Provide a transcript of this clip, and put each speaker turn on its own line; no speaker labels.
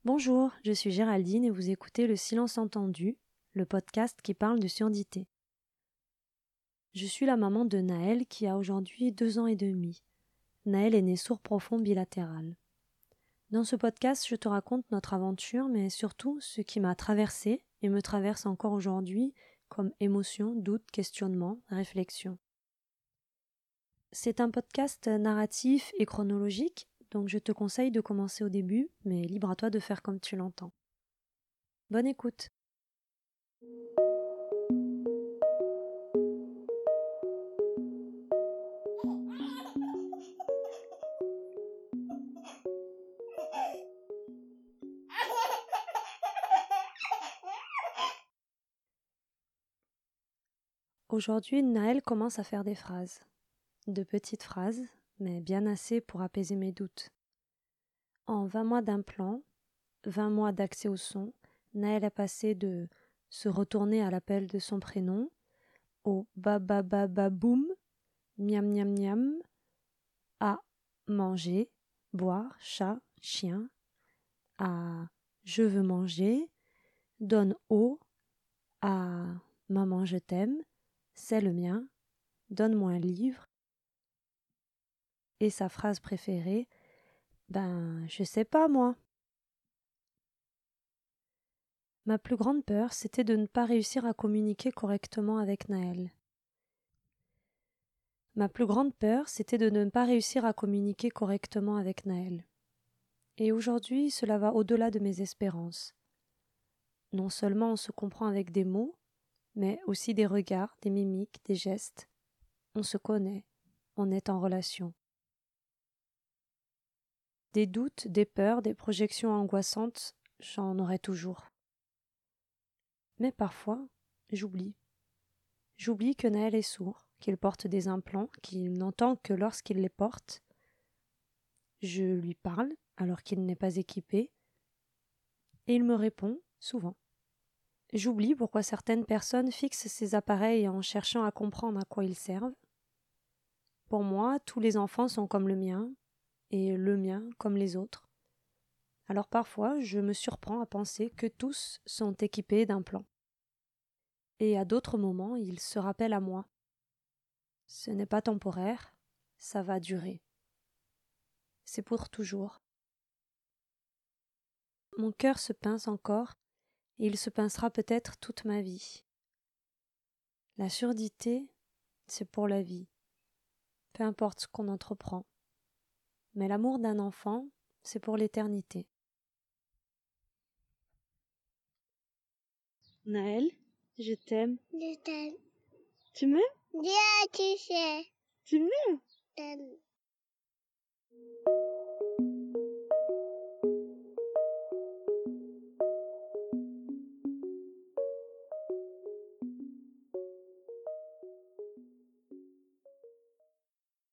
Bonjour, je suis Géraldine et vous écoutez Le Silence Entendu, le podcast qui parle de surdité. Je suis la maman de Naël qui a aujourd'hui 2 ans et demi. Naël est né sourd profond bilatéral. Dans ce podcast, je te raconte notre aventure, mais surtout ce qui m'a traversée et me traverse encore aujourd'hui comme émotion, doute, questionnement, réflexion. C'est un podcast narratif et chronologique, donc je te conseille de commencer au début, mais libre à toi de faire comme tu l'entends. Bonne écoute. Aujourd'hui, Naël commence à faire des phrases. De petites phrases, mais bien assez pour apaiser mes doutes. En 20 mois d'implant, 20 mois d'accès au son, Naël a passé de se retourner à l'appel de son prénom au ba ba ba ba boum, miam miam miam, à manger, boire, chat, chien, à je veux manger, donne eau, à maman je t'aime, c'est le mien, donne-moi un livre, et sa phrase préférée, je sais pas moi. Ma plus grande peur, c'était de ne pas réussir à communiquer correctement avec Naël. Ma plus grande peur, c'était de ne pas réussir à communiquer correctement avec Naël. Et aujourd'hui, cela va au-delà de mes espérances. Non seulement on se comprend avec des mots, mais aussi des regards, des mimiques, des gestes. On se connaît, on est en relation. Des doutes, des peurs, des projections angoissantes, j'en aurai toujours. Mais parfois, j'oublie. J'oublie que Naël est sourd, qu'il porte des implants, qu'il n'entend que lorsqu'il les porte. Je lui parle alors qu'il n'est pas équipé, et il me répond souvent. J'oublie pourquoi certaines personnes fixent ces appareils en cherchant à comprendre à quoi ils servent. Pour moi, tous les enfants sont comme le mien, et le mien comme les autres. Alors parfois, je me surprends à penser que tous sont équipés d'implants. Et à d'autres moments, ils se rappellent à moi. Ce n'est pas temporaire, ça va durer. C'est pour toujours. Mon cœur se pince encore, et il se pincera peut-être toute ma vie. La surdité, c'est pour la vie, peu importe ce qu'on entreprend. Mais l'amour d'un enfant, c'est pour l'éternité. Naël, je t'aime.
Je t'aime.
Tu m'aimes?
Bien, tu sais.
Tu m'aimes?
T'aime.